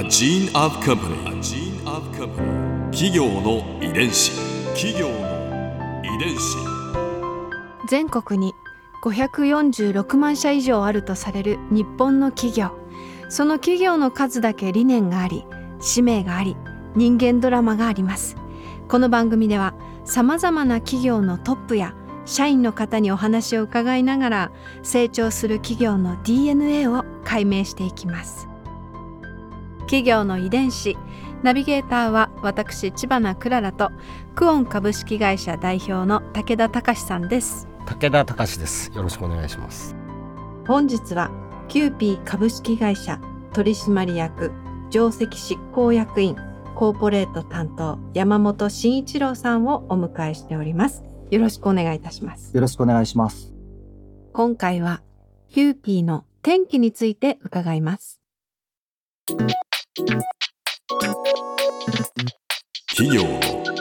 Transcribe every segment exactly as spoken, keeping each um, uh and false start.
A gene of company. A gene of company. 企業の遺伝子。企業の遺伝子。 全国にごひゃくよんじゅうろくまんしゃ以上あるとされる日本の企業。その企業の数だけ理念があり、使命があり、人間ドラマがあります。この番組ではさまざまな企業のトップや社員の方にお話を伺いながら、成長する企業の ディーエヌエー を解明していきます。企業の遺伝子、ナビゲーターは私知花くららとクオン株式会社代表の武田隆さんです。 武田隆です。よろしくお願いします。 本日はキューピー株式会社取締役上席執行役員コーポレート担当山本慎一郎さんをお迎えしております。よろしくお願いいたします。 よろしくお願いします。 今回はキューピーの転機について伺います。 企業の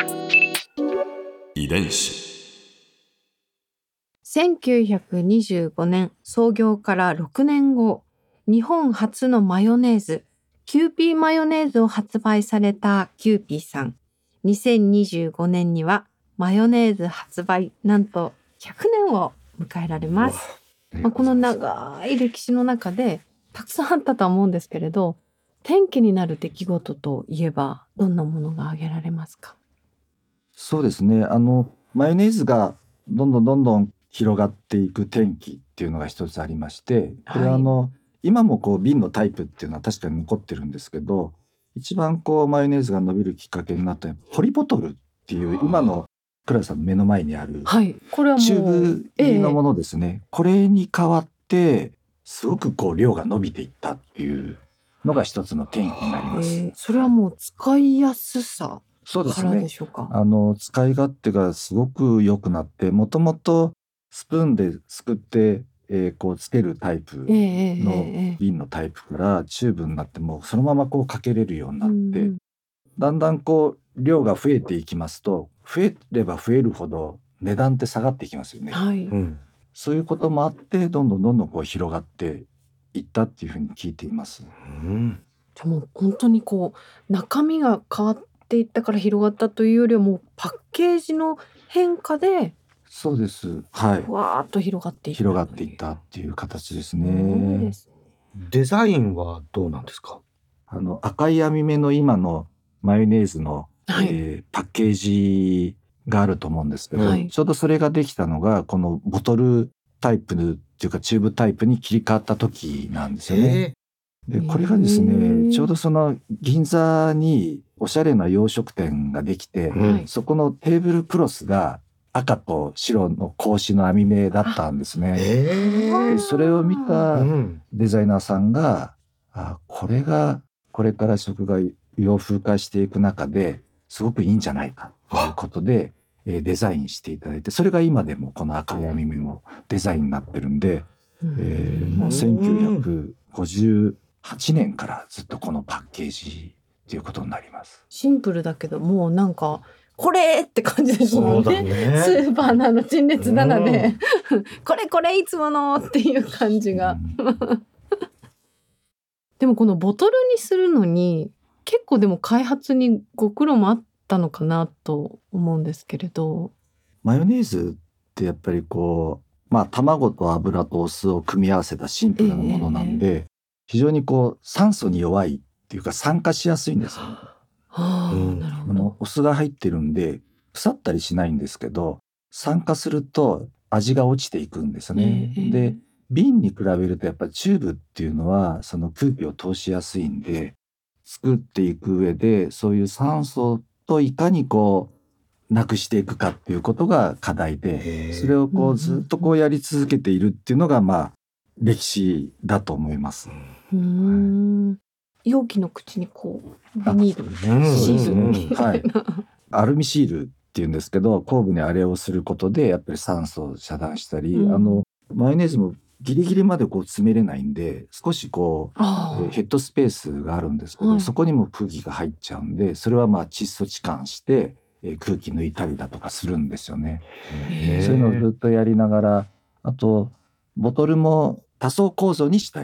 遺伝子。 せんきゅうひゃくにじゅうごねん創業からろくねんご、日本初のマヨネーズキューピーマヨネーズを発売されたキューピーさん。にせんにじゅうごねんにはマヨネーズ発売なんとひゃくねんを迎えられます。まあ、この長い歴史の中でたくさんあったとは思うんですけれど、転機になる出来事といえばどんなものが挙げられますか？ そうですね。あのマヨネーズがどんどんどんどん広がっていく転機っていうのが一つありまして、これはあの、はい、今もこう瓶のタイプっていうのは確かに残ってるんですけど、一番こうマヨネーズが伸びるきっかけになったのはポリボトルっていう今のクララさんの目の前にある、はい、これはもうチューブ入りのものですね、ええ、これに代わってすごくこう量が伸びていったっていうのが一つの転機になります。 えー、それはもう使いやすさからでしょうか？ そうですね。あの使い勝手がすごく良くなって、もともとスプーンですくって、えー、こうつけるタイプの瓶のタイプからチューブになってもそのままこうかけれるようになって、うん、だんだんこう量が増えていきますと、増えれば増えるほど値段って下がっていきますよね、はい、うん、そういうこともあってどんどんどんどんこう広がっていったっていうふうに聞いています。 うん、じゃあもう本当にこう中身が変わっていったから広がったというよりは、もうパッケージの変化でそうです、はい、 わーっと広がっていった広がっていったっていう形ですね。 です。デザインはどうなんですか？ あの赤い網目の今のマヨネーズの、はい、えー、パッケージがあると思うんですけど、はい、ちょうどそれができたのがこのボトルタイプっていうかチューブタイプに切り替わった時なんですよね。でこれがですね、ちょうどその銀座におしゃれな洋食店ができて、はい、そこのテーブルクロスが赤と白の格子の網目だったんですね。でそれを見たデザイナーさんが、うん、あこれがこれから食が洋風化していく中ですごくいいんじゃないかということで、えー、デザインしていただいて、それが今でもこの赤い網目のデザインになってるんで、えー、もうせんきゅうひゃくごじゅうはちねんからずっとこのパッケージということになります。 シンプルだけどもうなんかこれって感じですもん ね, ねスーパーのあの陳列棚で、うん、これこれいつものっていう感じが、うん、でもこのボトルにするのに結構でも開発にご苦労もあったのかなと思うんですけれど、 マヨネーズってやっぱりこう、まあ、卵と油とお酢を組み合わせたシンプルなものなんで、えー、非常にこう酸素に弱いっていうか酸化しやすいんですよね。 はあ、うん、なるほど。 あのお酢が入ってるんで腐ったりしないんですけど、酸化すると味が落ちていくんですね、えー、で瓶に比べるとやっぱりチューブっていうのはその空気を通しやすいんで、作っていく上でそういう酸素といかにこうなくしていくかっていうことが課題で、それをこうずっとこうやり続けているっていうのがまあ歴史だと思います。 うーん、はい、容器の口にこうビニールシールみたいな、はい、 アルミシールっていうんですけど、後部にあれをすることでやっぱり酸素を遮断したり、うん、あのマヨネーズもギリギリまでこう詰めれないんで少しこう、えー、ヘッドスペースがあるんですけど、はい、そこにも空気が入っちゃうんで、それはまあ窒素置換して、えー、空気抜いたりだとかするんですよね。そういうのをずっとやりながら、あとボトルも多層構造にしたり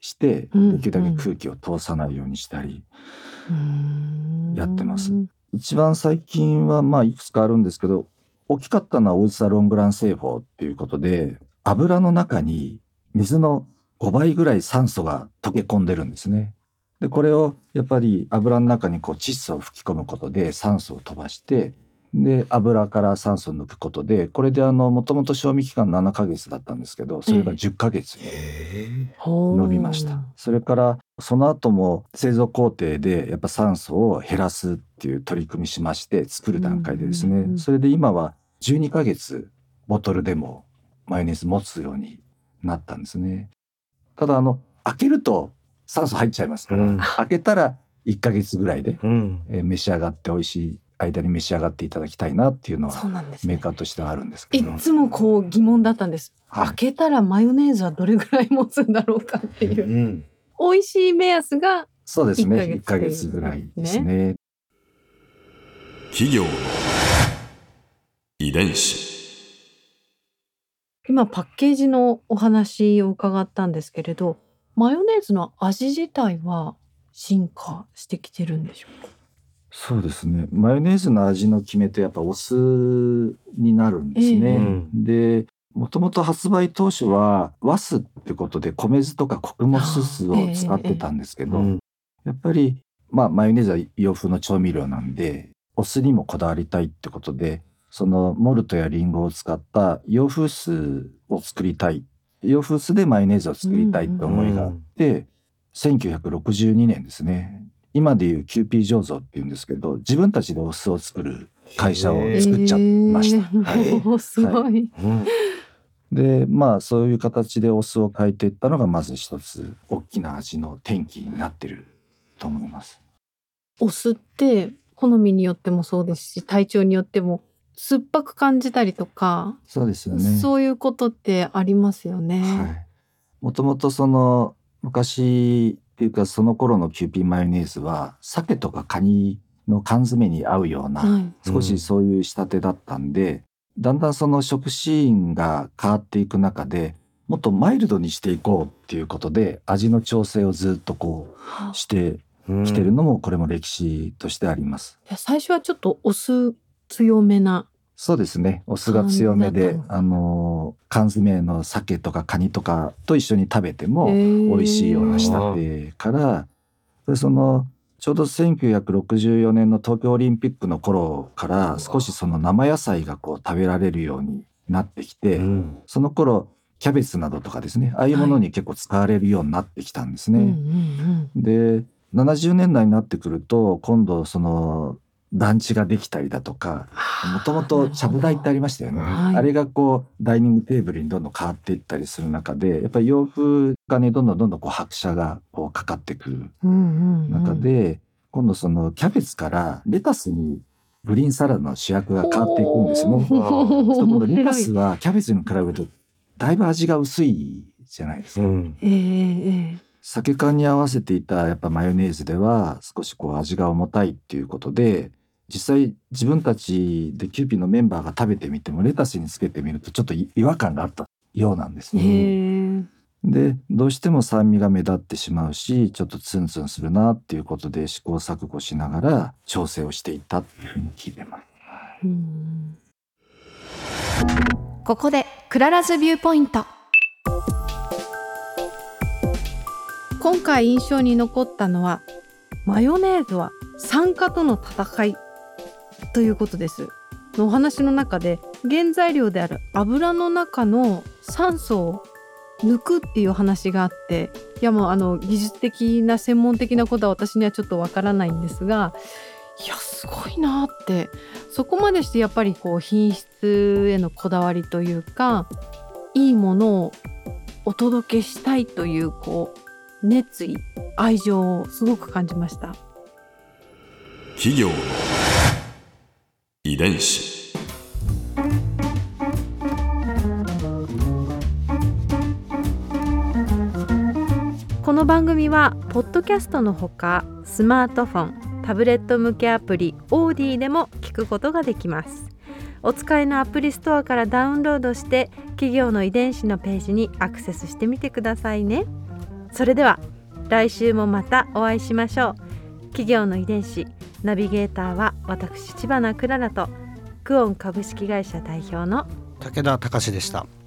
して、 うんできるだけ空気を通さないようにしたりやってます。一番最近はまあいくつかあるんですけど、大きかったのはオイスターロングラン製法っていうことで、油の中に水のごばいぐらい酸素が溶け込んでるんですね。でこれをやっぱり油の中にこう窒素を吹き込むことで酸素を飛ばして、で油から酸素を抜くことで、これであのもともと賞味期間ななかげつだったんですけど、それがじゅっかげつに伸びました。それからその後も製造工程でやっぱ酸素を減らすっていう取り組みしまして、作る段階でですね、うんうんうん、それで今はじゅうにかげつボトルでもマヨネーズ持つようになったんですね。ただあの開けると酸素入っちゃいますから、うん、開けたらいっかげつぐらいで、うんえー、召し上がって美味しい間に召し上がっていただきたいなっていうのは、ね、メーカーとしてはあるんですけど、 いつもこう疑問だったんです、はい、開けたらマヨネーズはどれぐらい持つんだろうかっていう、うん、美味しい目安がそうですね、いっかげつぐらいですね。 企業の遺伝子。 今パッケージのお話を伺ったんですけれど、マヨネーズの味自体は進化してきてるんでしょうか？ そうですね、マヨネーズの味の決め手やっぱお酢になるんですね、えー、でもともと発売当初は和酢ってことで米酢とか穀物酢を使ってたんですけど、えーえー、やっぱり、まあ、マヨネーズは洋風の調味料なんでお酢にもこだわりたいってことで、そのモルトやリンゴを使った洋風酢を作りたい、洋風酢でマヨネーズを作りたいって思いがあって、うんうん、せんきゅうひゃくろくじゅうにねんですね、今でいうキューピー醸造っていうんですけど、自分たちでお酢を作る会社を作っちゃいました。 えー、すごい、はいうん、 でまあそういう形でお酢を変えていったのがまず一つ大きな味の転機になってると思います。 お酢って好みによってもそうですし、体調によっても酸っぱく感じたりとか、 そうですよね、 そういうことってありますよね。 はい、もともとその昔っていうかその頃のキューピーマヨネーズは鮭とかカニの缶詰に合うような、はい、少しそういう仕立てだったんで、うん、だんだんその食シーンが変わっていく中でもっとマイルドにしていこうっていうことで味の調整をずっとこうしてきてるのもこれも歴史としてあります。 いや最初はちょっとお酢強めな。 そうですね、お酢が強めであの缶詰の鮭とかカニとかと一緒に食べても美味しいような仕立てから、でそのちょうどせんきゅうひゃくろくじゅうよねんの東京オリンピックの頃から少しその生野菜がこう食べられるようになってきて、うん、その頃キャベツなどとかですね、ああいうものに結構使われるようになってきたんですね、はいうんうんうん、でななじゅうねんだいになってくると今度その団地ができたりだとか、もともとちゃぶ台ってありましたよね、はい、あれがこうダイニングテーブルにどんどん変わっていったりする中で、やっぱり洋風がねどんどんどんどんこう拍車がこうかかってくる中で、うんうんうん、今度そのキャベツからレタスにグリーンサラダの主役が変わっていくんですね。そう今度レタスはキャベツに比べるとだいぶ味が薄いじゃないですか、うんえー、酒缶に合わせていたやっぱマヨネーズでは少しこう味が重たいっていうことで、実際自分たちでキューピーのメンバーが食べてみてもレタスにつけてみるとちょっと違和感があったようなんですね。でどうしても酸味が目立ってしまうしちょっとツンツンするなっていうことで試行錯誤しながら調整をしていったっていうふうに聞いてます。うんここでクララズビューポイント。今回印象に残ったのはマヨネーズは酸化との戦いということですのお話の中で、原材料である油の中の酸素を抜くっていう話があって、いやもうあの技術的な専門的なことは私にはちょっとわからないんですが、いやすごいなって、そこまでしてやっぱりこう品質へのこだわりというか、いいものをお届けしたいというこう熱意愛情をすごく感じました。 企業の遺伝子。 この番組はポッドキャストのほかスマートフォン、タブレット向けアプリオーディでも聞くことができます。お使いのアプリストアからダウンロードして企業の遺伝子のページにアクセスしてみてくださいね。 それでは来週もまたお会いしましょう。企業の遺伝子ナビゲーターは私知花くららとクオン株式会社代表の武田隆でした。